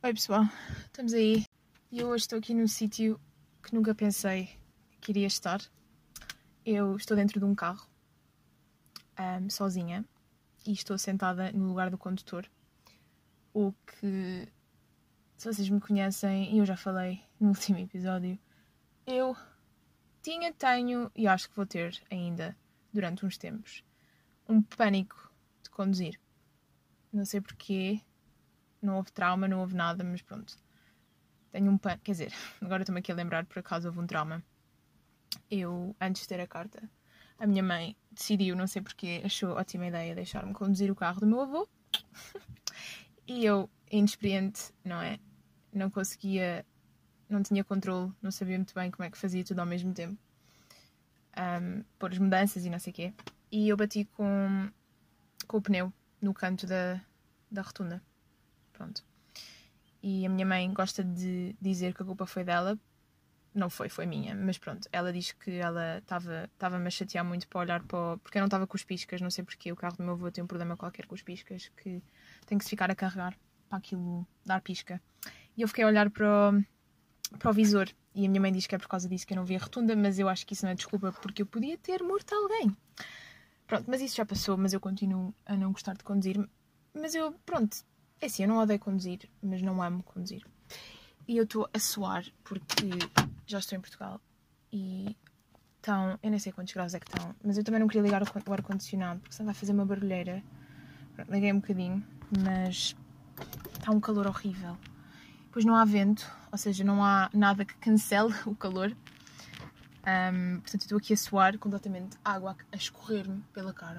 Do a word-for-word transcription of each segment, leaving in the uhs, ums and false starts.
Oi pessoal, estamos aí e eu hoje estou aqui num sítio que nunca pensei que iria estar. Eu estou dentro de um carro, um, sozinha, e estou sentada no lugar do condutor. O que, se vocês me conhecem, e eu já falei no último episódio, eu tinha, tenho e acho que vou ter ainda durante uns tempos um pânico de conduzir. Não sei porquê. Não houve trauma, não houve nada, mas pronto. Tenho um pânico, quer dizer, agora estou-me aqui a lembrar, por acaso houve um trauma. Eu, antes de ter a carta, a minha mãe decidiu, não sei porquê, achou ótima ideia deixar-me conduzir o carro do meu avô. E eu, inexperiente, não é? Não conseguia, não tinha controle, não sabia muito bem como é que fazia tudo ao mesmo tempo. Um, pôr as mudanças e não sei o quê. E eu bati com, com o pneu no canto da, da rotunda. Pronto. E a minha mãe gosta de dizer que a culpa foi dela. Não foi, foi minha. Mas pronto, ela diz que ela estava-me a chatear muito para olhar para o... Porque eu não estava com os piscas, não sei porquê. O carro do meu avô tem um problema qualquer com os piscas, que tem que se ficar a carregar para aquilo dar pisca. E eu fiquei a olhar para o, para o visor. E a minha mãe diz que é por causa disso que eu não vi a rotunda, mas eu acho que isso não é desculpa, porque eu podia ter morto alguém. Pronto, mas isso já passou, mas eu continuo a não gostar de conduzir. Mas eu, pronto... É assim, eu não odeio conduzir, mas não amo conduzir. E eu estou a suar porque já estou em Portugal e estão, eu nem sei quantos graus é que estão, mas eu também não queria ligar o ar-condicionado porque senão vai fazer uma barulheira. Pronto, liguei um bocadinho, mas está um calor horrível. Depois não há vento, ou seja, não há nada que cancele o calor. Um, portanto, eu estou aqui a suar completamente, água a escorrer-me pela cara.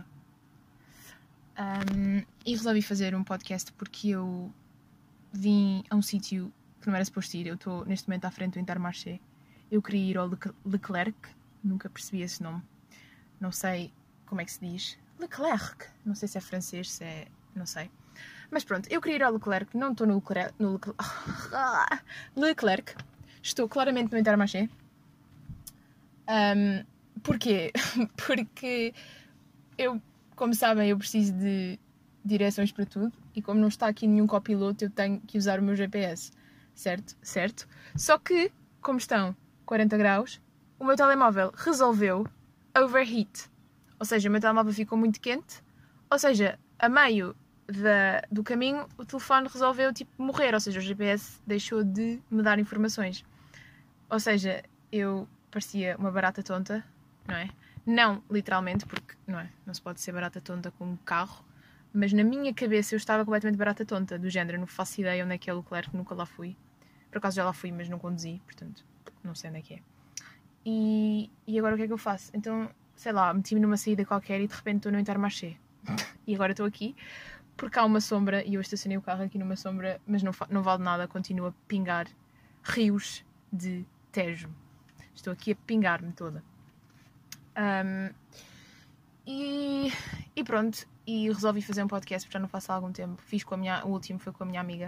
Um, e resolvi fazer um podcast porque eu vim a um sítio que não era suposto ir. Eu estou neste momento à frente do Intermarché. Eu queria ir ao Leclerc, nunca percebi esse nome. Não sei como é que se diz. Leclerc, não sei se é francês, se é... não sei. Mas pronto, eu queria ir ao Leclerc, não estou no Leclerc. No Leclerc. Leclerc. Estou claramente no Intermarché. Um, porquê? Porque eu... Como sabem, eu preciso de direções para tudo e como não está aqui nenhum copiloto, eu tenho que usar o meu G P S, certo? Certo? Só que, como estão quarenta graus, o meu telemóvel resolveu overheat. Ou seja, o meu telemóvel ficou muito quente, ou seja, a meio da, do caminho o telefone resolveu tipo morrer, ou seja, o G P S deixou de me dar informações. Ou seja, eu parecia uma barata tonta, não é? Não, literalmente, porque não é, não se pode ser barata tonta com um carro, mas na minha cabeça eu estava completamente barata tonta, do género, não faço ideia onde é que é o Leclerc, nunca lá fui. Por acaso já lá fui, mas não conduzi, portanto, não sei onde é que é. E, e agora o que é que eu faço? Então, sei lá, meti-me numa saída qualquer e de repente estou no Intermarché. E agora estou aqui, porque há uma sombra, e eu estacionei o carro aqui numa sombra, mas não, não vale nada, continua a pingar rios de Tejo. Estou aqui a pingar-me toda. Um, e, e pronto, e resolvi fazer um podcast porque já não faço há algum tempo. Fiz com a minha, o último foi com a minha amiga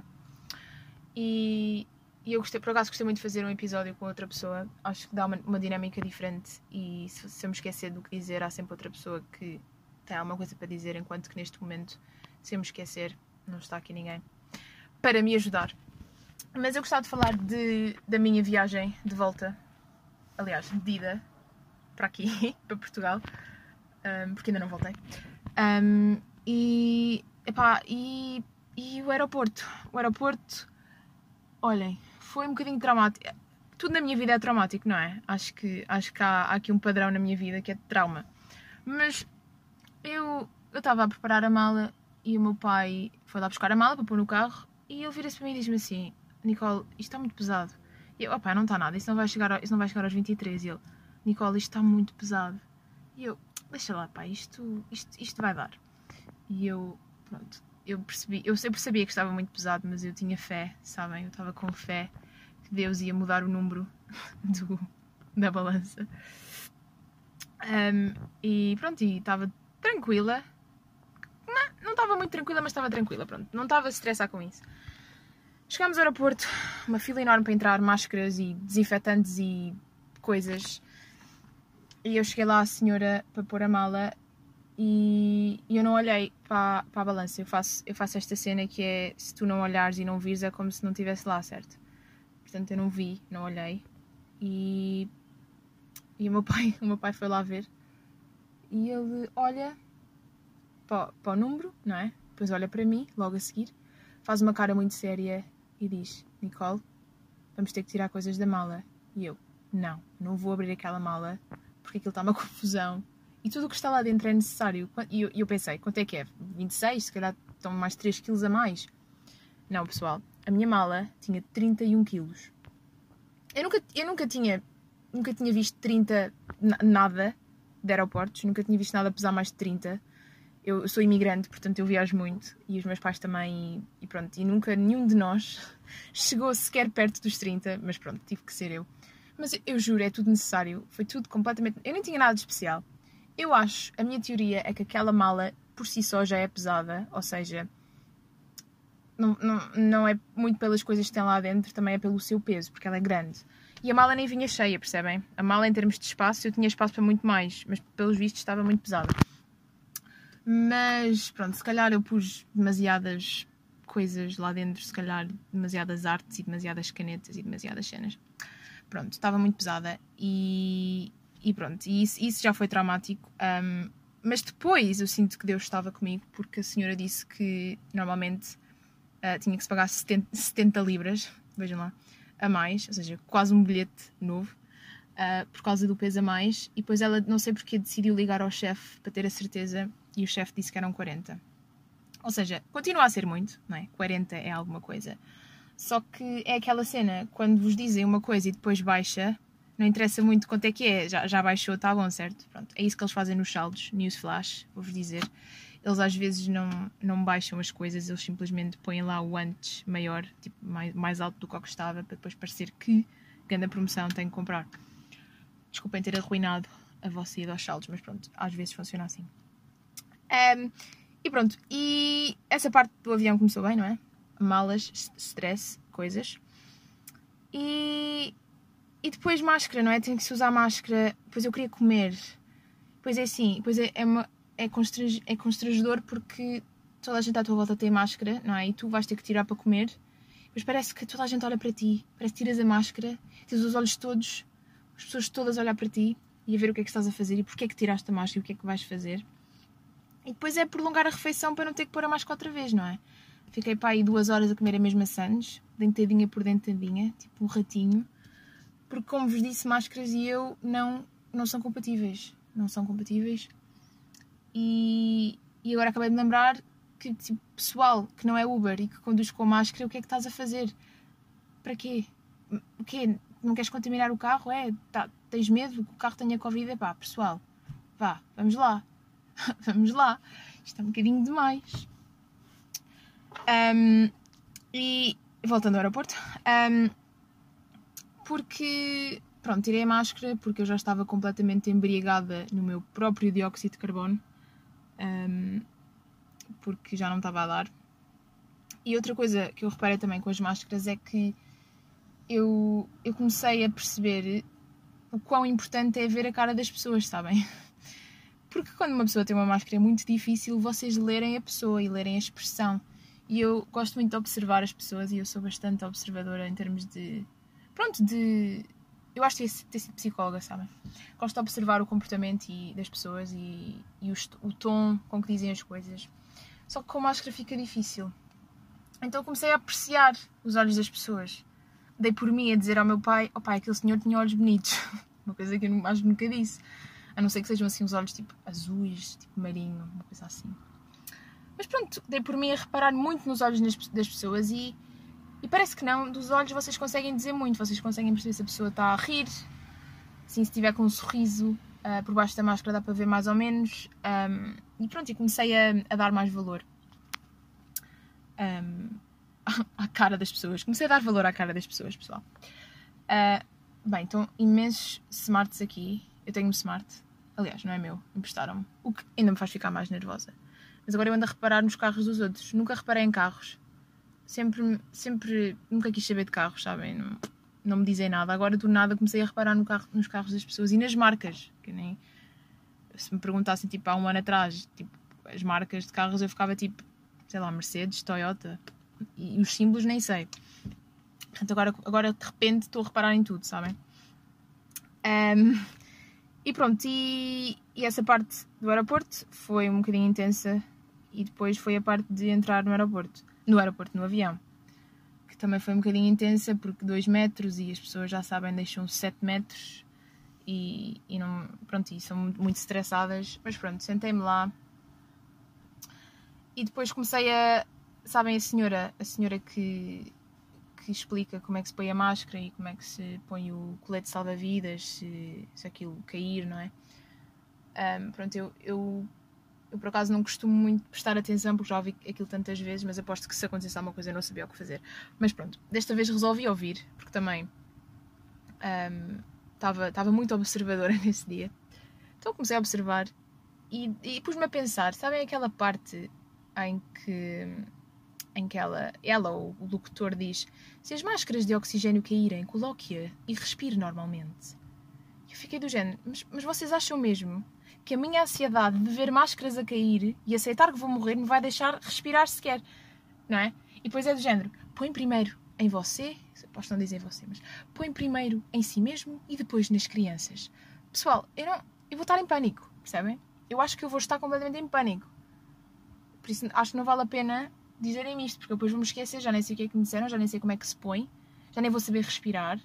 e, e eu gostei, por acaso gostei muito de fazer um episódio com outra pessoa. Acho que dá uma, uma dinâmica diferente e se, se eu me esquecer do que dizer, há sempre outra pessoa que tem alguma coisa para dizer, enquanto que neste momento, se eu me esquecer, não está aqui ninguém para me ajudar. Mas eu gostava de falar de, da minha viagem de volta, aliás, de ida para aqui, para Portugal, um, porque ainda não voltei. Um, e, epá, e, e o aeroporto. O aeroporto, olhem, foi um bocadinho traumático. Tudo na minha vida é traumático, não é? Acho que, acho que há, há aqui um padrão na minha vida que é de trauma. Mas eu eu estava a preparar a mala e o meu pai foi lá buscar a mala para pôr no carro e ele vira-se para mim e diz-me assim: Nicole, isto está muito pesado. E eu, opá, não está nada, isso não vai chegar, isso não vai chegar aos vinte e três. E ele: Nicole, isto está muito pesado. E eu, deixa lá, pá, isto, isto, isto vai dar. E eu, pronto, eu percebi, eu sempre sabia que estava muito pesado, mas eu tinha fé, sabem? Eu estava com fé que Deus ia mudar o número do, da balança. Um, e pronto, e estava tranquila. Não, não estava muito tranquila, mas estava tranquila, pronto. Não estava a se estressar com isso. Chegámos ao aeroporto, uma fila enorme para entrar, máscaras e desinfetantes e coisas. E eu cheguei lá à senhora para pôr a mala e, e eu não olhei para, para a balança. Eu faço, eu faço esta cena que é, se tu não olhares e não vires, é como se não estivesse lá, certo? Portanto, eu não vi, não olhei. E, e o, meu pai, o meu pai foi lá ver. E ele olha para, para o número, não é? Depois olha para mim, logo a seguir. Faz uma cara muito séria e diz: Nicole, vamos ter que tirar coisas da mala. E eu: não, não vou abrir aquela mala porque aquilo está uma confusão. E tudo o que está lá dentro é necessário. E eu, eu pensei: quanto é que é? vinte e seis? Se calhar estão mais três quilos a mais. Não, pessoal, a minha mala tinha trinta e um quilos. Eu nunca, eu nunca tinha nunca tinha visto trinta nada de aeroportos, nunca tinha visto nada pesar mais de trinta. Eu, eu sou imigrante, portanto eu viajo muito, e os meus pais também, e, e pronto, e nunca nenhum de nós chegou sequer perto dos trinta, mas pronto, tive que ser eu. Mas eu, eu juro, é tudo necessário, foi tudo completamente... Eu nem tinha nada de especial. Eu acho, a minha teoria é que aquela mala por si só já é pesada, ou seja, não, não, não é muito pelas coisas que tem lá dentro, também é pelo seu peso, porque ela é grande. E a mala nem vinha cheia, percebem? A mala, em termos de espaço, eu tinha espaço para muito mais, mas pelos vistos estava muito pesada. Mas pronto, se calhar eu pus demasiadas coisas lá dentro, se calhar demasiadas artes e demasiadas canetas e demasiadas cenas. Pronto, estava muito pesada e, e pronto, e isso, isso já foi traumático. Um, mas depois eu sinto que Deus estava comigo, porque a senhora disse que normalmente uh, tinha que se pagar setenta libras, vejam lá, a mais, ou seja, quase um bilhete novo, uh, por causa do peso a mais. E depois ela, não sei porque, decidiu ligar ao chefe para ter a certeza, e o chefe disse que eram quarenta. Ou seja, continua a ser muito, não é? quarenta é alguma coisa. Só que é aquela cena, quando vos dizem uma coisa e depois baixa, não interessa muito quanto é que é, já, já baixou, está bom, certo? Pronto, é isso que eles fazem nos saldos, newsflash, vou-vos dizer. Eles às vezes não, não baixam as coisas, eles simplesmente põem lá o antes maior, tipo, mais, mais alto do que o que estava, para depois parecer que grande promoção tem que comprar. Desculpem ter arruinado a vossa ida aos saldos, mas pronto, às vezes funciona assim. Um, e pronto, e essa parte do avião começou bem, não é? Malas, stress, coisas. E, e depois máscara, não é? Tem que se usar máscara. Depois eu queria comer. Pois é assim, pois é, é, uma, é, constrange, é constrangedor porque toda a gente à tua volta tem máscara, não é? E tu vais ter que tirar para comer. Mas parece que toda a gente olha para ti. Parece que tiras a máscara, tens os olhos todos, as pessoas todas a olhar para ti e a ver o que é que estás a fazer e porque é que tiraste a máscara e o que é que vais fazer. E depois é prolongar a refeição para não ter que pôr a máscara outra vez, não é? Fiquei para aí duas horas a comer a mesma sandes, dentadinha por dentadinha, tipo um ratinho. Porque, como vos disse, máscaras e eu não, não são compatíveis. Não são compatíveis. E, e agora acabei de me lembrar que, tipo, pessoal que não é Uber e que conduz com máscara, o que é que estás a fazer? Para quê? O quê? Não queres contaminar o carro? É? Tá, tens medo que o carro tenha Covid? Pá, pessoal, vá, vamos lá. Vamos lá. Isto é um bocadinho demais. Um, e voltando ao aeroporto, um, porque pronto, tirei a máscara porque eu já estava completamente embriagada no meu próprio dióxido de carbono, um, porque já não estava a dar. E outra coisa que eu reparei também com as máscaras é que eu, eu comecei a perceber o quão importante é ver a cara das pessoas, sabem? Porque quando uma pessoa tem uma máscara é muito difícil vocês lerem a pessoa e lerem a expressão. E eu gosto muito de observar as pessoas e eu sou bastante observadora em termos de... Pronto, de... Eu acho que ter sido psicóloga, sabem? Gosto de observar o comportamento e, das pessoas e, e o, o tom com que dizem as coisas. Só que com máscara fica difícil. Então comecei a apreciar os olhos das pessoas. Dei por mim a dizer ao meu pai: ó pai, aquele senhor tinha olhos bonitos. Uma coisa que eu acho que nunca disse. A não ser que sejam assim os olhos tipo azuis, tipo marinho, uma coisa assim. Mas pronto, dei por mim a reparar muito nos olhos das pessoas e, e parece que não, dos olhos vocês conseguem dizer muito, vocês conseguem perceber se a pessoa está a rir, assim, se tiver com um sorriso uh, por baixo da máscara dá para ver mais ou menos. Um, e pronto, e comecei a, a dar mais valor um, à cara das pessoas. Comecei a dar valor à cara das pessoas, pessoal. Uh, bem, então imensos smarts aqui. Eu tenho um smart. Aliás, não é meu, emprestaram-me. O que ainda me faz ficar mais nervosa. Mas agora eu ando a reparar nos carros dos outros. Nunca reparei em carros. Sempre, sempre, nunca quis saber de carros, sabem? Não, não me dizem nada. Agora do nada comecei a reparar no carro, nos carros das pessoas e nas marcas. Que nem... se me perguntassem, tipo, há um ano atrás, tipo, as marcas de carros, eu ficava, tipo, sei lá, Mercedes, Toyota, e os símbolos nem sei. Portanto, agora, agora de repente estou a reparar em tudo, sabem? Um, e pronto, e, e essa parte do aeroporto foi um bocadinho intensa, e depois foi a parte de entrar no aeroporto, no aeroporto, no avião, que também foi um bocadinho intensa, porque dois metros e as pessoas já sabem, deixam sete metros e, e não, pronto, e são muito, muito estressadas, mas pronto, sentei-me lá e depois comecei a, sabem, a senhora, a senhora que, que explica como é que se põe a máscara e como é que se põe o colete salva-vidas se, se aquilo cair, não é? Um, pronto, eu, eu Eu, por acaso, não costumo muito prestar atenção porque já ouvi aquilo tantas vezes, mas aposto que se acontecesse alguma coisa eu não sabia o que fazer. Mas pronto, desta vez resolvi ouvir, porque também estava um, muito observadora nesse dia. Então comecei a observar e, e pus-me a pensar, sabem aquela parte em que, em que ela, ela ou o locutor diz: se as máscaras de oxigênio caírem, coloque-a e respire normalmente. Eu fiquei do género, mas, mas vocês acham mesmo que a minha ansiedade de ver máscaras a cair e aceitar que vou morrer me vai deixar respirar sequer, não é? E depois é do género, põe primeiro em você, posso não dizer você, mas põe primeiro em si mesmo e depois nas crianças. Pessoal, eu, não, eu vou estar em pânico, percebem? Eu acho que eu vou estar completamente em pânico. Por isso acho que não vale a pena dizerem isto, porque depois vou-me esquecer, já nem sei o que é que me disseram, já nem sei como é que se põe, já nem vou saber respirar,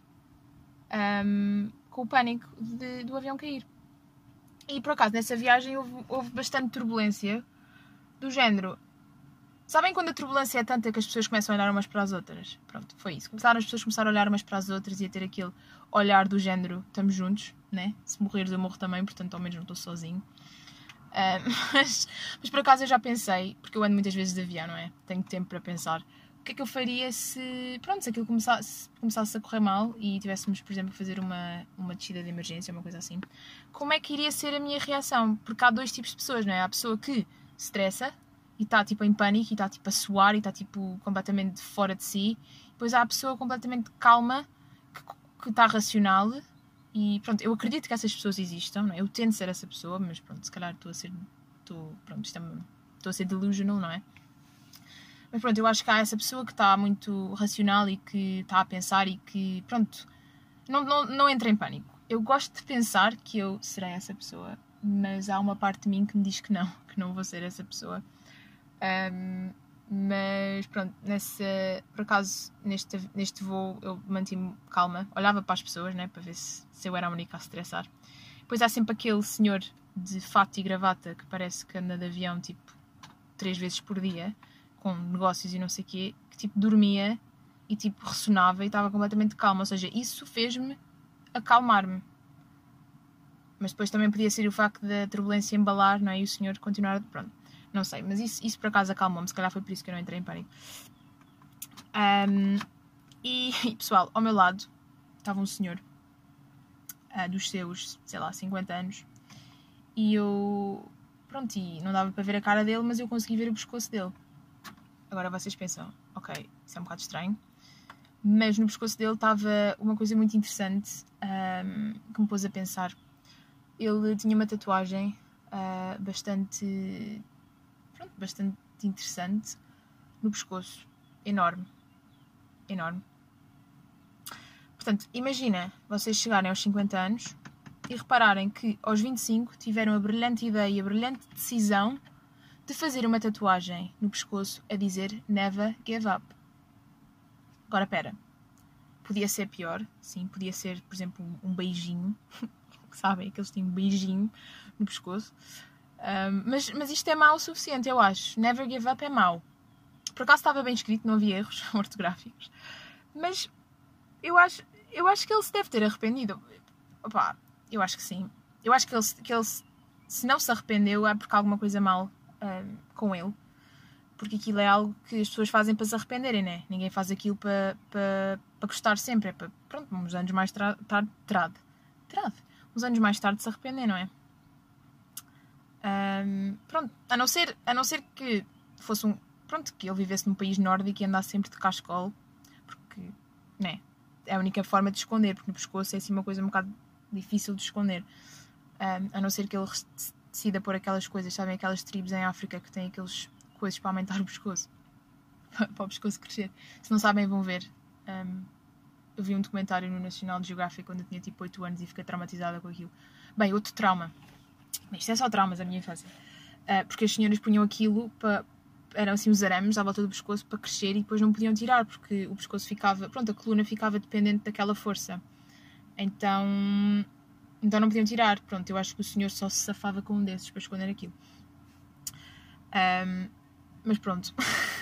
um, com o pânico de, do avião cair. E por acaso, nessa viagem houve, houve bastante turbulência, do género. Sabem quando a turbulência é tanta que as pessoas começam a olhar umas para as outras? Pronto, foi isso. Começaram as pessoas começaram a olhar umas para as outras e a ter aquele olhar do género, estamos juntos, né? Se morreres eu morro também, portanto ao menos não estou sozinho. Uh, mas, mas por acaso eu já pensei, porque eu ando muitas vezes de avião, não é? Tenho tempo para pensar. O que é que eu faria se, pronto, se aquilo começasse, começasse a correr mal e tivéssemos, por exemplo, a fazer uma, uma descida de emergência, uma coisa assim? Como é que iria ser a minha reação? Porque há dois tipos de pessoas, não é? Há a pessoa que se estressa e está tipo em pânico e está tipo a suar e está tipo completamente fora de si. Depois há a pessoa completamente calma, que, que está racional e pronto, eu acredito que essas pessoas existam, não é? Eu tento ser essa pessoa, mas pronto, se calhar estou a ser, estou, pronto, estou a ser delusional, não é? Mas pronto, eu acho que há essa pessoa que está muito racional e que está a pensar e que, pronto, não, não, não entra em pânico. Eu gosto de pensar que eu serei essa pessoa, mas há uma parte de mim que me diz que não, que não vou ser essa pessoa. Um, mas pronto, nessa, por acaso, neste, neste voo eu mantive-me calma, olhava para as pessoas, né, para ver se, se eu era a única a se estressar. Depois há sempre aquele senhor de fato e gravata que parece que anda de avião tipo três vezes por dia, com negócios e não sei o quê, que tipo dormia e tipo ressonava e estava completamente calma, ou seja, isso fez-me acalmar-me. Mas depois também podia ser o facto da turbulência embalar, não é? E o senhor continuar, pronto, não sei, mas isso, isso por acaso acalmou-me, se calhar foi por isso que eu não entrei em pânico. Um, e, e pessoal, ao meu lado estava um senhor uh, dos seus, sei lá, cinquenta anos e eu, pronto, e não dava para ver a cara dele, mas eu consegui ver o pescoço dele. Agora vocês pensam, ok, isso é um bocado estranho, mas no pescoço dele estava uma coisa muito interessante um, que me pôs a pensar. Ele tinha uma tatuagem uh, bastante, pronto, bastante interessante no pescoço, enorme, enorme. Portanto, imagina vocês chegarem aos cinquenta anos e repararem que aos vinte e cinco tiveram a brilhante ideia e a brilhante decisão de fazer uma tatuagem no pescoço a dizer Never Give Up. Agora, pera. Podia ser pior, sim. Podia ser, por exemplo, um beijinho. Sabem? Aqueles têm um beijinho no pescoço. Um, mas, mas isto é mau o suficiente, eu acho. Never Give Up é mau. Por acaso estava bem escrito, não havia erros ortográficos. Mas eu acho, eu acho que ele se deve ter arrependido. Opa, eu acho que sim. Eu acho que ele, que ele se não se arrependeu é porque há alguma coisa mal Um, com ele, porque aquilo é algo que as pessoas fazem para se arrependerem, né? Ninguém faz aquilo para, para, para gostar sempre, é para, pronto, uns anos mais tarde, tra- trade, trade, uns anos mais tarde se arrepender, não é? Um, pronto, a não ser, a não ser que fosse um, pronto, que ele vivesse num país nórdico e andasse sempre de cascol, porque, né? É a única forma de esconder, porque no pescoço é assim uma coisa um bocado difícil de esconder, um, a não ser que ele decida pôr aquelas coisas, sabem, aquelas tribos em África que têm aqueles coisas para aumentar o pescoço, para o pescoço crescer. Se não sabem, vão ver. Um, eu vi um documentário no National Geographic quando eu tinha tipo oito anos e fiquei traumatizada com aquilo. Bem, outro trauma. Isto é só traumas da minha infância. Uh, porque as senhoras punham aquilo para... eram assim os arames à volta do pescoço para crescer e depois não podiam tirar porque o pescoço ficava... Pronto, a coluna ficava dependente daquela força. Então... Então não podiam tirar. Pronto, eu acho que o senhor só se safava com um desses para esconder aquilo. Um, mas pronto.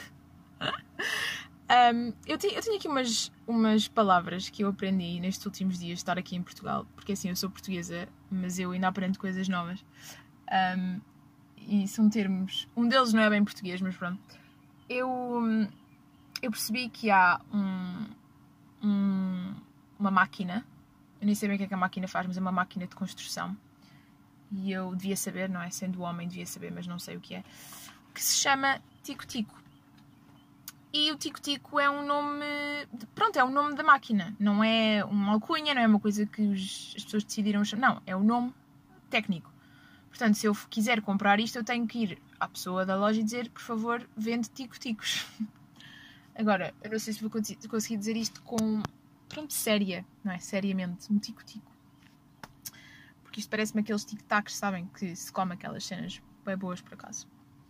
um, eu, te, eu tenho aqui umas, umas palavras que eu aprendi nestes últimos dias de estar aqui em Portugal. Porque assim, eu sou portuguesa, mas eu ainda aprendo coisas novas. Um, e são termos... Um deles não é bem português, mas pronto. Eu, eu percebi que há um, um, uma máquina... Eu nem sei bem o que é que a máquina faz, mas é uma máquina de construção. E eu devia saber, não é? Sendo homem, devia saber, mas não sei o que é. Que se chama Tico-Tico. E o Tico-Tico é um nome... De, pronto, é o nome da máquina. Não é uma alcunha, não é uma coisa que os, as pessoas decidiram chamar. Não, é o nome técnico. Portanto, se eu quiser comprar isto, eu tenho que ir à pessoa da loja e dizer, por favor, vende Tico-Ticos. Agora, eu não sei se vou conseguir dizer isto com... Pronto, séria, não é? Seriamente, um tico-tico. Porque isto parece-me aqueles tic-tacs, sabem? Que se come aquelas cenas bem boas, por acaso.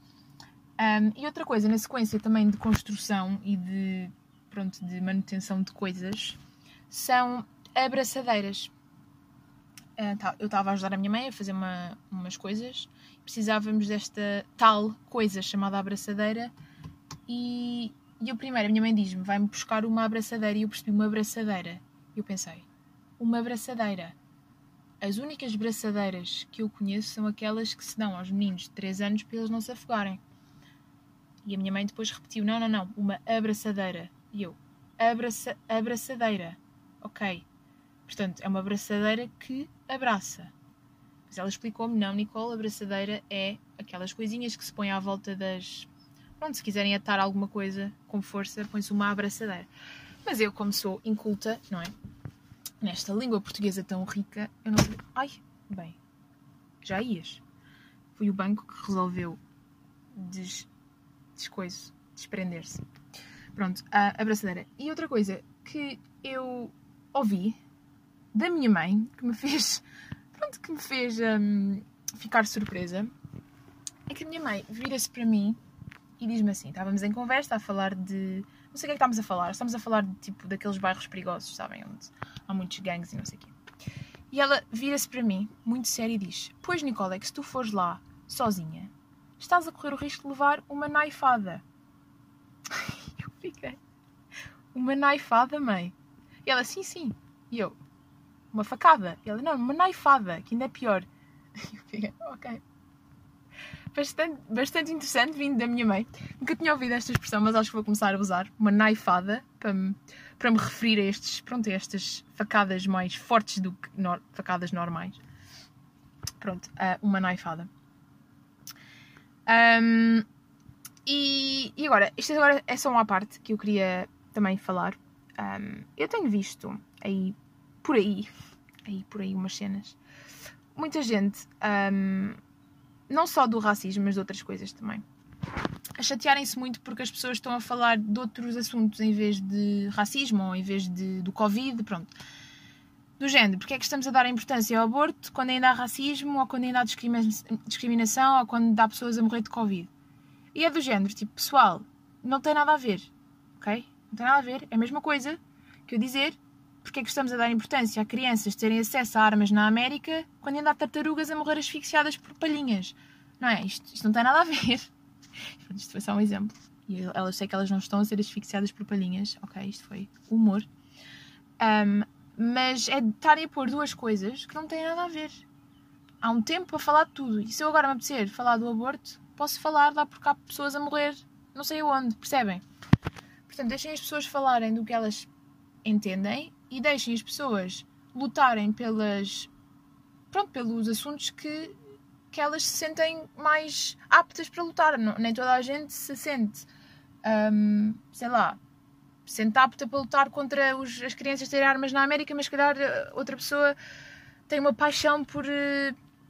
Um, e outra coisa, na sequência também de construção e de, pronto, de manutenção de coisas, são abraçadeiras. Uh, tá, eu estava a ajudar a minha mãe a fazer uma, umas coisas. Precisávamos desta tal coisa chamada abraçadeira e... E eu primeiro, a minha mãe diz-me, vai-me buscar uma abraçadeira. E eu percebi uma abraçadeira. E eu pensei, uma abraçadeira. As únicas braçadeiras que eu conheço são aquelas que se dão aos meninos de três anos para eles não se afogarem. E a minha mãe depois repetiu, não, não, não, uma abraçadeira. E eu, abraça, abraçadeira. Ok. Portanto, é uma abraçadeira que abraça. Mas ela explicou-me, não, Nicole, a abraçadeira é aquelas coisinhas que se põem à volta das... Pronto, se quiserem atar alguma coisa com força, põe-se uma abraçadeira. Mas eu, como sou inculta, não é? Nesta língua portuguesa tão rica, eu não sei... Ai, bem, já ias. Foi o banco que resolveu des... descoiso, desprender-se. Pronto, a abraçadeira. E outra coisa que eu ouvi da minha mãe, que me fez... Pronto, que me fez um, ficar surpresa, é que a minha mãe vira-se para mim e diz-me assim, estávamos em conversa a falar de... Não sei o que é que estávamos a falar. Estamos a falar de, tipo, daqueles bairros perigosos, sabem? Onde há muitos gangues e não sei o quê. E ela vira-se para mim, muito séria, e diz... Pois, Nicole, é que se tu fores lá, sozinha, estás a correr o risco de levar uma naifada. Eu fiquei... Uma naifada, mãe? E ela, sim, sim. E eu... Uma facada? E ela, não, uma naifada, que ainda é pior. E eu fiquei, ok... Bastante, bastante interessante, vindo da minha mãe. Nunca tinha ouvido esta expressão, mas acho que vou começar a usar. Uma naifada, para me, para me referir a, estes, pronto, a estas facadas mais fortes do que no, facadas normais. Pronto, uh, uma naifada. Um, e, e agora, isto agora é só uma parte que eu queria também falar. Um, eu tenho visto aí, por aí, aí, por aí umas cenas. Muita gente... Um, não só do racismo, mas de outras coisas também, a chatearem-se muito porque as pessoas estão a falar de outros assuntos em vez de racismo ou em vez de, do Covid, pronto. Do género, porque é que estamos a dar importância ao aborto quando ainda há racismo ou quando ainda há discriminação ou quando há pessoas a morrer de Covid. E é do género, tipo, pessoal, não tem nada a ver, ok? Não tem nada a ver, é a mesma coisa que eu dizer porque é que estamos a dar importância a crianças terem acesso a armas na América quando ainda há tartarugas a morrer asfixiadas por palhinhas. Não é? Isto, isto não tem nada a ver. Isto foi só um exemplo. E elas sei que elas não estão a ser asfixiadas por palhinhas. Ok, isto foi humor. Um, mas é de estarem a pôr duas coisas que não têm nada a ver. Há um tempo para falar de tudo. E se eu agora me apetecer falar do aborto, posso falar lá porque há pessoas a morrer não sei onde, percebem? Portanto, deixem as pessoas falarem do que elas entendem e deixem as pessoas lutarem pelas, pronto, pelos assuntos que, que elas se sentem mais aptas para lutar. Não, nem toda a gente se sente, um, sei lá, se sente apta para lutar contra os, as crianças terem armas na América, mas se calhar outra pessoa tem uma paixão por,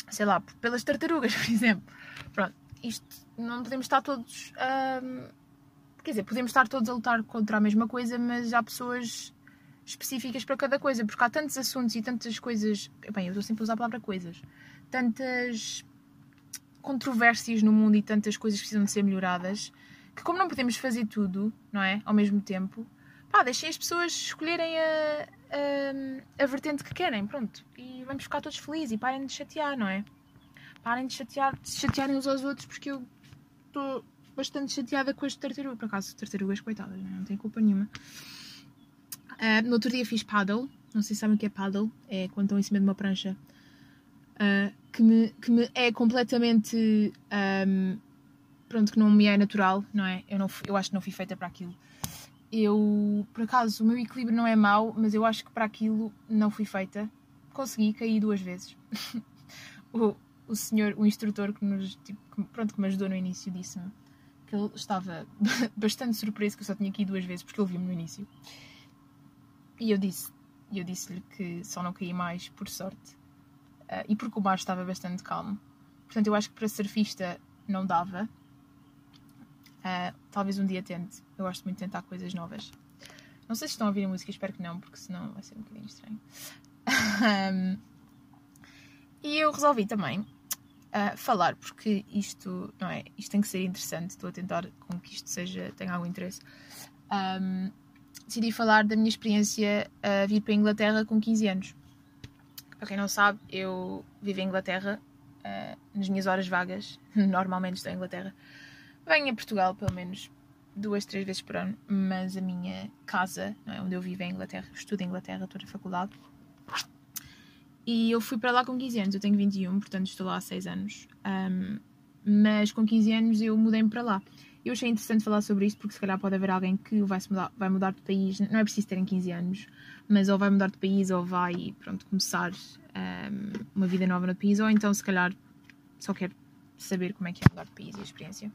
sei lá, pelas tartarugas, por exemplo. Pronto, isto não podemos estar todos... Um, quer dizer, podemos estar todos a lutar contra a mesma coisa, mas há pessoas específicas para cada coisa, porque há tantos assuntos e tantas coisas... Bem, eu estou sempre a usar a palavra coisas. Tantas controvérsias no mundo e tantas coisas que precisam de ser melhoradas, que como não podemos fazer tudo, não é? Ao mesmo tempo, pá, deixem as pessoas escolherem a, a, a vertente que querem, pronto. E vamos ficar todos felizes e parem de chatear, não é? Parem de chatear, de se chatearem uns aos outros, porque eu estou bastante chateada com as tartarugas. Por acaso, tartarugas, coitadas, não, é? Não tenho culpa nenhuma. Uh, no outro dia fiz paddle, não sei se sabem o que é paddle, é quando estão em cima de uma prancha. Uh, que, me, que me é completamente um, pronto, que não me é natural, não é? Eu, não, eu acho que não fui feita para aquilo. Eu, por acaso, o meu equilíbrio não é mau, mas eu acho que para aquilo não fui feita. Consegui, caí duas vezes. o, o senhor, o instrutor que, nos, tipo, que, pronto, que me ajudou no início disse-me que ele estava bastante surpreso que eu só tinha caído duas vezes, porque ele viu-me no início. E eu disse, eu disse-lhe que só não caí mais, por sorte. Uh, e porque o mar estava bastante calmo. Portanto, eu acho que para surfista não dava. Uh, talvez um dia tente. Eu gosto muito de tentar coisas novas. Não sei se estão a ouvir a música, espero que não, porque senão vai ser um bocadinho estranho. um, e eu resolvi também uh, falar, porque isto, não é, isto tem que ser interessante. Estou a tentar com que isto seja, tenha algum interesse. Um, decidi falar da minha experiência a vir para a Inglaterra com quinze anos. Para quem não sabe, eu vivo em Inglaterra uh, nas minhas horas vagas. Normalmente estou em Inglaterra. Venho a Portugal pelo menos duas, três vezes por ano, mas a minha casa, não é, onde eu vivo é em Inglaterra. Estudo em Inglaterra, estou na faculdade. E eu fui para lá com quinze anos. Eu tenho vinte e um, portanto estou lá há seis anos. Um, mas com quinze anos eu mudei-me para lá. Eu achei interessante falar sobre isto porque se calhar pode haver alguém que vai, -se mudar, vai mudar de país. Não é preciso terem quinze anos, mas ou vai mudar de país ou vai, pronto, começar um, uma vida nova no país, ou então se calhar só quer saber como é que é mudar de país e a experiência.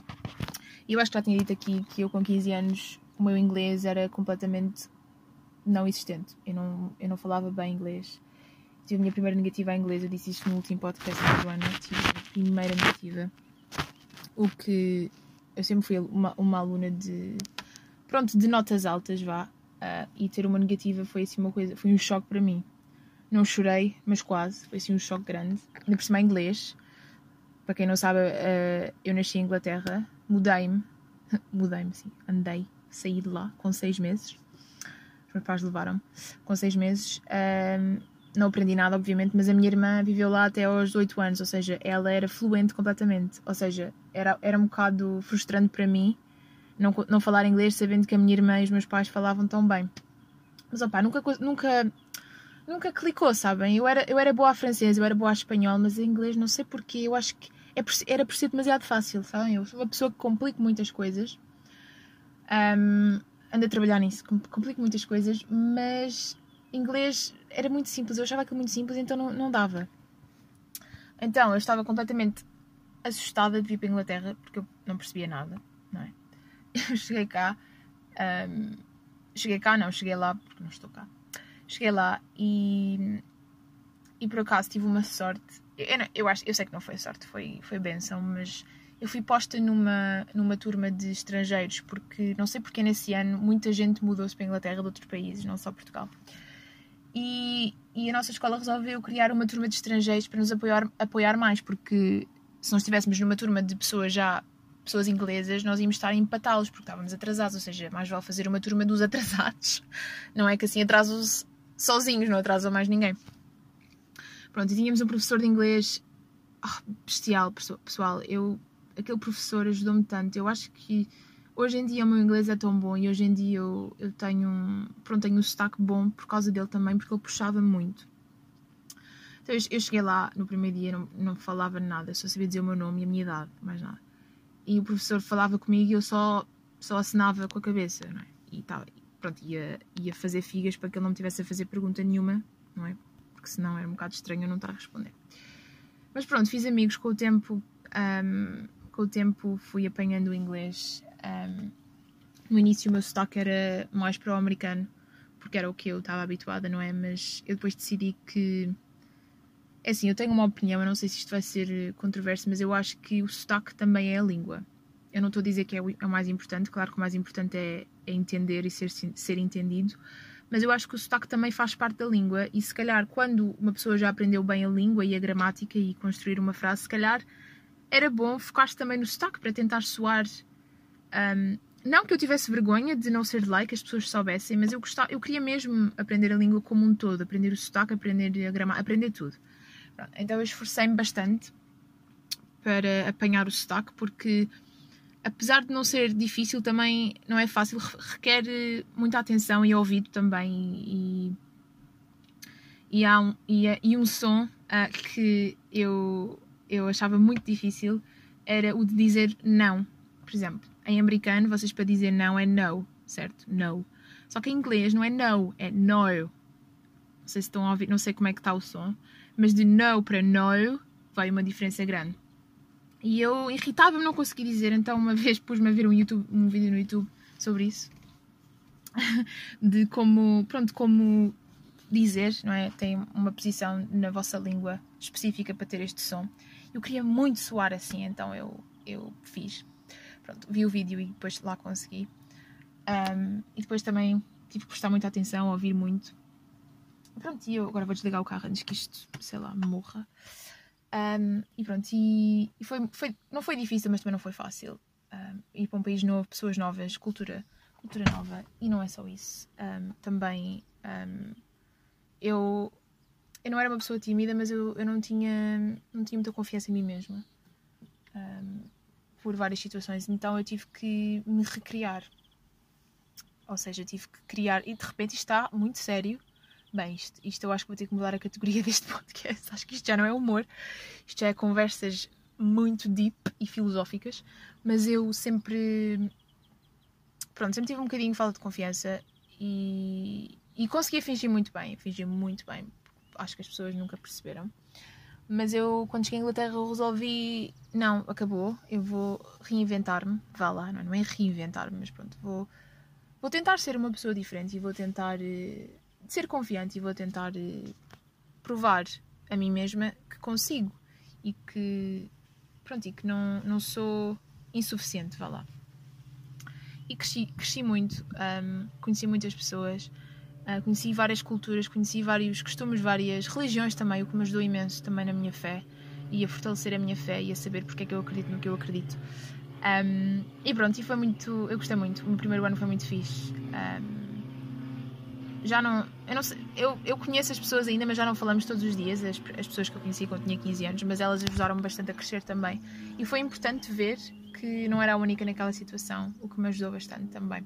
E eu acho que já tinha dito aqui que eu com quinze anos o meu inglês era completamente não existente. Eu não, eu não falava bem inglês. Tive a minha primeira negativa em inglês, eu disse isto no último podcast da Joana, tive a primeira negativa. O que... Eu sempre fui uma, uma aluna de, pronto, de notas altas, vá, uh, e ter uma negativa foi assim uma coisa, foi um choque para mim. Não chorei, mas quase, foi assim um choque grande. Ainda por cima em inglês. Para quem não sabe, uh, eu nasci em Inglaterra, mudei-me, mudei-me, sim, andei, saí de lá com seis meses. Os meus pais levaram-me com seis meses. Uh, não aprendi nada, obviamente, mas a minha irmã viveu lá até aos oito anos, ou seja, ela era fluente completamente. Ou seja, era, era um bocado frustrante para mim não, não falar inglês sabendo que a minha irmã e os meus pais falavam tão bem. Mas opá, nunca, nunca, nunca clicou, sabem? Eu era, eu era boa a francês, eu era boa a espanhol, mas em inglês não sei porquê, eu acho que é por, era por ser demasiado fácil, sabem? Eu sou uma pessoa que complico muitas coisas. Um, ando a trabalhar nisso, complico muitas coisas, mas inglês era muito simples, eu achava aquilo muito simples, então não, não dava. Então eu estava completamente assustada de vir para a Inglaterra, porque eu não percebia nada, não é? Eu cheguei cá, um, cheguei cá, não, cheguei lá, porque não estou cá. Cheguei lá e, e por acaso tive uma sorte, eu, não, eu, acho, eu sei que não foi sorte, foi, foi bênção, mas eu fui posta numa, numa turma de estrangeiros, porque não sei porque nesse ano muita gente mudou-se para a Inglaterra de outros países, não só Portugal. E, e a nossa escola resolveu criar uma turma de estrangeiros para nos apoiar, apoiar mais, porque se nós estivéssemos numa turma de pessoas já, pessoas inglesas, nós íamos estar a empatá-los, porque estávamos atrasados, ou seja, mais vale fazer uma turma dos atrasados. Não é que assim atrasam-se sozinhos, não atrasam mais ninguém. Pronto, e tínhamos um professor de inglês oh, bestial, pessoal. Eu, aquele professor ajudou-me tanto. Eu acho que hoje em dia o meu inglês é tão bom e hoje em dia eu, eu tenho, um, pronto, tenho um sotaque bom por causa dele também, porque ele puxava muito. Então eu, eu cheguei lá no primeiro dia, não, não falava nada, só sabia dizer o meu nome e a minha idade, mais nada. E o professor falava comigo e eu só, só acenava com a cabeça, não é? E tal, pronto, ia, ia fazer figas para que ele não me tivesse a fazer pergunta nenhuma, não é? Porque senão era um bocado estranho eu não estar a responder. Mas pronto, fiz amigos com o tempo, um, com o tempo fui apanhando o inglês. Um, no início o meu sotaque era mais para o americano, porque era o que eu estava habituada, não é? Mas eu depois decidi que É assim, eu tenho uma opinião, eu não sei se isto vai ser controverso, mas eu acho que o sotaque também é a língua. Eu não estou a dizer que é o mais importante, claro que o mais importante é, é entender e ser, ser entendido, mas eu acho que o sotaque também faz parte da língua e se calhar quando uma pessoa já aprendeu bem a língua e a gramática e construir uma frase, se calhar era bom focar-se também no sotaque para tentar soar... Um, não que eu tivesse vergonha de não ser de lá e que as pessoas soubessem, mas eu, gostava, eu queria mesmo aprender a língua como um todo, aprender o sotaque, aprender a gramática, aprender tudo. Pronto, então eu esforcei-me bastante para apanhar o sotaque, porque apesar de não ser difícil, também não é fácil, requer muita atenção e ouvido também. E, e, há um, e, e um som uh, que eu, eu achava muito difícil era o de dizer não. Por exemplo, em americano, vocês para dizer não é no, certo? No. Só que em inglês não é no, é no. Não sei se estão a ouvir, não sei como é que está o som, mas de no para no vai uma diferença grande. E eu irritava-me, não consegui dizer, então uma vez pus-me a ver um, YouTube, um vídeo no YouTube sobre isso. De como, pronto, como dizer, não é? Tem uma posição na vossa língua específica para ter este som. Eu queria muito soar assim, então eu, eu fiz. Pronto, vi o vídeo e depois lá consegui. Um, e depois também tive que prestar muita atenção, ouvir muito. Pronto, e eu agora vou desligar o carro antes que isto, sei lá, morra. Um, e pronto, e, e foi, foi, não foi difícil, mas também não foi fácil. Um, ir para um país novo, pessoas novas, cultura, cultura nova. E não é só isso. Um, também um, eu, eu não era uma pessoa tímida, mas eu, eu não, tinha, não tinha muita confiança em mim mesma. Um, por várias situações, então eu tive que me recriar, ou seja, tive que criar, e de repente isto está muito sério. Bem, isto, isto eu acho que vou ter que mudar a categoria deste podcast, acho que isto já não é humor, isto já é conversas muito deep e filosóficas, mas eu sempre, pronto, sempre tive um bocadinho de falta de confiança e, e conseguia fingir muito bem, fingir muito bem, acho que as pessoas nunca perceberam. Mas eu, quando cheguei à Inglaterra, resolvi... Não, acabou. Eu vou reinventar-me. Vá lá, não, não é reinventar-me, mas pronto. Vou, vou tentar ser uma pessoa diferente e vou tentar uh, ser confiante e vou tentar uh, provar a mim mesma que consigo. E que... Pronto, e que não, não sou insuficiente, vá lá. E cresci, cresci muito. Um, conheci muitas pessoas. Uh, conheci várias culturas, conheci vários costumes, várias religiões também, o que me ajudou imenso também na minha fé e a fortalecer a minha fé e a saber porque é que eu acredito no que eu acredito. Um, e pronto, e foi muito, eu gostei muito, o meu primeiro ano foi muito fixe. Um, já não, eu não sei, eu, eu conheço as pessoas ainda, mas já não falamos todos os dias, as, as pessoas que eu conheci quando tinha quinze anos, mas elas ajudaram-me bastante a crescer também. E foi importante ver que não era a única naquela situação, o que me ajudou bastante também.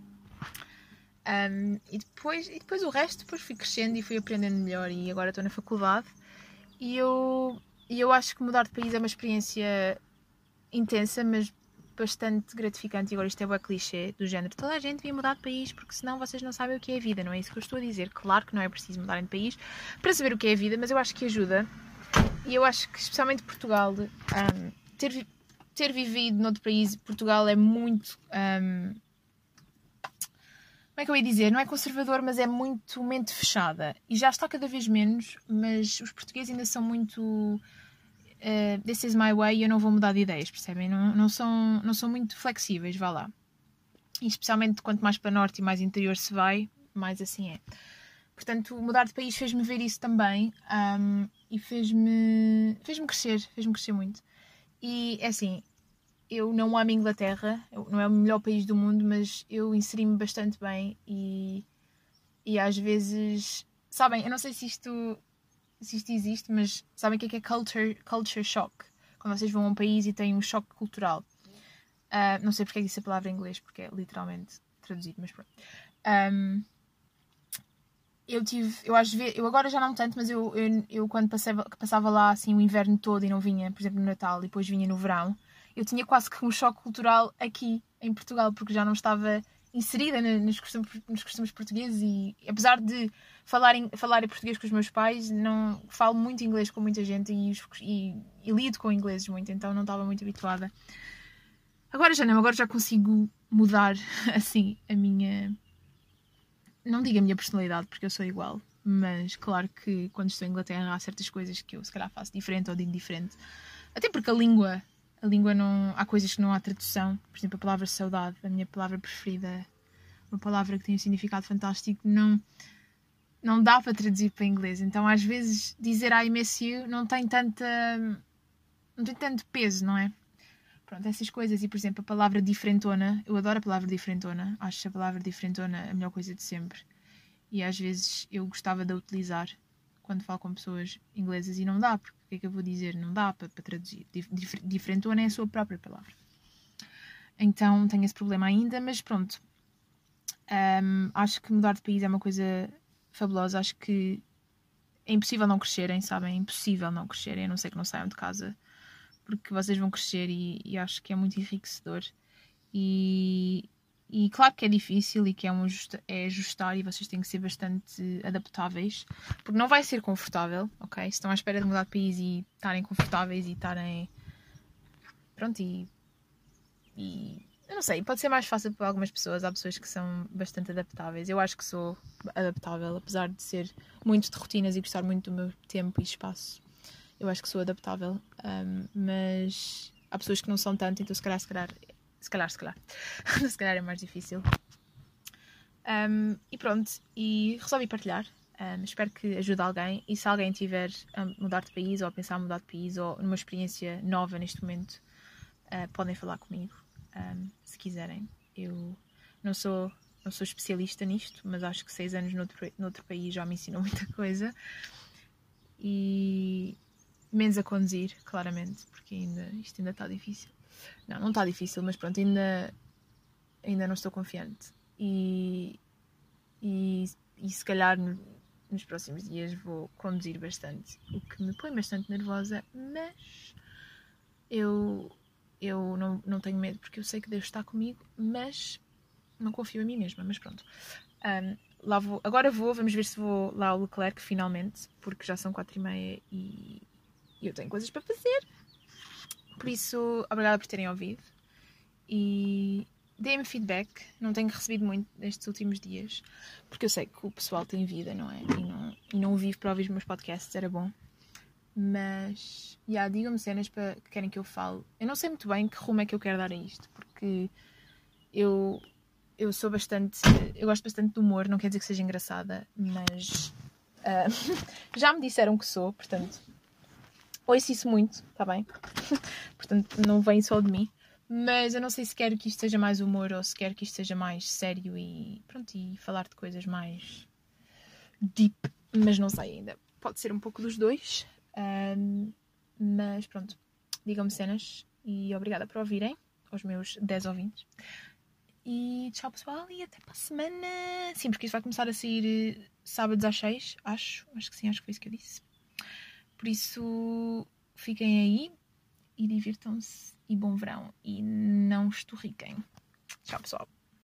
Um, e, depois, e depois o resto, depois fui crescendo e fui aprendendo melhor e agora estou na faculdade e eu, e eu acho que mudar de país é uma experiência intensa, mas bastante gratificante. E agora isto é o clichê do género, toda a gente devia mudar de país porque senão vocês não sabem o que é a vida, não é isso que eu estou a dizer. Claro que não é preciso mudarem de país para saber o que é a vida, mas eu acho que ajuda e eu acho que especialmente Portugal, um, ter, ter vivido noutro país, Portugal é muito... Um, como é que eu ia dizer? Não é conservador, mas é muito mente fechada. E já está cada vez menos, mas os portugueses ainda são muito... Uh, this is my way e eu não vou mudar de ideias, percebem? Não, não, são, não são muito flexíveis, vá lá. E especialmente quanto mais para norte e mais interior se vai, mais assim é. Portanto, mudar de país fez-me ver isso também um, e fez-me fez-me crescer, fez-me crescer muito. E é assim... Eu não amo a Inglaterra, não é o melhor país do mundo, mas eu inseri-me bastante bem e, e às vezes, sabem, eu não sei se isto, se isto existe, mas sabem o que é que é culture, culture shock? Quando vocês vão a um país e têm um choque cultural. Uh, não sei porque é que disse a palavra em inglês, porque é literalmente traduzido, mas pronto. Um, eu tive, eu às vezes, eu agora já não tanto, mas eu, eu, eu quando passava, passava lá assim o inverno todo e não vinha, por exemplo, no Natal e depois vinha no verão, eu tinha quase que um choque cultural aqui em Portugal, porque já não estava inserida nos costumes, nos costumes portugueses e apesar de falar, em, falar em português com os meus pais, não falo muito inglês com muita gente e, e, e lido com ingleses muito, então não estava muito habituada. Agora já não, agora já consigo mudar assim a minha... Não digo a minha personalidade, porque eu sou igual, mas claro que quando estou em Inglaterra há certas coisas que eu se calhar faço diferente ou digo diferente. Até porque a língua, a língua não... Há coisas que não há tradução. Por exemplo, a palavra saudade, a minha palavra preferida, uma palavra que tem um significado fantástico, não, não dá para traduzir para inglês. Então às vezes dizer I miss you não tem tanta... não tem tanto peso, não é? Pronto, essas coisas. E por exemplo, a palavra diferentona, eu adoro a palavra diferentona. Acho a palavra diferentona a melhor coisa de sempre. E às vezes eu gostava de a utilizar quando falo com pessoas inglesas e não dá, porque o que é que eu vou dizer? Não dá para, para traduzir. Dif diferentona é a sua própria palavra. Então tenho esse problema ainda, mas pronto. Um, acho que mudar de país é uma coisa fabulosa. Acho que é impossível não crescerem, sabem? É impossível não crescerem, a não ser que não saiam de casa. Porque vocês vão crescer e, e acho que é muito enriquecedor. E... E claro que é difícil e que é, um ajusta, é ajustar e vocês têm que ser bastante adaptáveis. Porque não vai ser confortável, ok? Se estão à espera de mudar de país e estarem confortáveis e estarem... Pronto, e... e... Eu não sei, pode ser mais fácil para algumas pessoas. Há pessoas que são bastante adaptáveis. Eu acho que sou adaptável, apesar de ser muito de rotinas e gostar muito do meu tempo e espaço. Eu acho que sou adaptável. Um, mas há pessoas que não são tanto, então se calhar, se calhar... Se calhar, se calhar. Se calhar é mais difícil. Um, e pronto. E resolvi partilhar. Um, espero que ajude alguém. E se alguém tiver a mudar de país ou a pensar em mudar de país ou numa experiência nova neste momento, uh, podem falar comigo. Um, se quiserem. Eu não sou, não sou especialista nisto, mas acho que seis anos noutro, noutro país já me ensinou muita coisa. E menos a conduzir, claramente, porque ainda, isto ainda está difícil. Não, não está difícil, mas pronto, ainda, ainda não estou confiante. E, e, e se calhar no, nos próximos dias vou conduzir bastante, o que me põe bastante nervosa, mas eu, eu não, não tenho medo porque eu sei que Deus está comigo, mas não confio em mim mesma, mas pronto. Um, lá vou, agora vou, vamos ver se vou lá ao Leclerc finalmente, porque já são quatro e meia e eu tenho coisas para fazer. Por isso, obrigada por terem ouvido e deem-me feedback. Não tenho recebido muito nestes últimos dias, porque eu sei que o pessoal tem vida, não é? E não, e não vivo para ouvir os meus podcasts, era bom. Mas, já, yeah, digam-me cenas para, que querem que eu fale. Eu não sei muito bem que rumo é que eu quero dar a isto, porque eu, eu sou bastante... Eu gosto bastante de humor, não quer dizer que seja engraçada, mas uh, já me disseram que sou, portanto... Ouço isso muito, está bem? Portanto, não vem só de mim. Mas eu não sei se quero que isto seja mais humor ou se quero que isto seja mais sério e pronto, e falar de coisas mais deep. Mas não sei ainda. Pode ser um pouco dos dois. Um, mas pronto, digam-me cenas e obrigada por ouvirem, aos meus dez ouvintes. E tchau pessoal e até para a semana. Sim, porque isto vai começar a sair sábados às seis, acho. Acho que sim, acho que foi isso que eu disse. Por isso, fiquem aí e divirtam-se e bom verão e não esturriquem. Tchau, pessoal.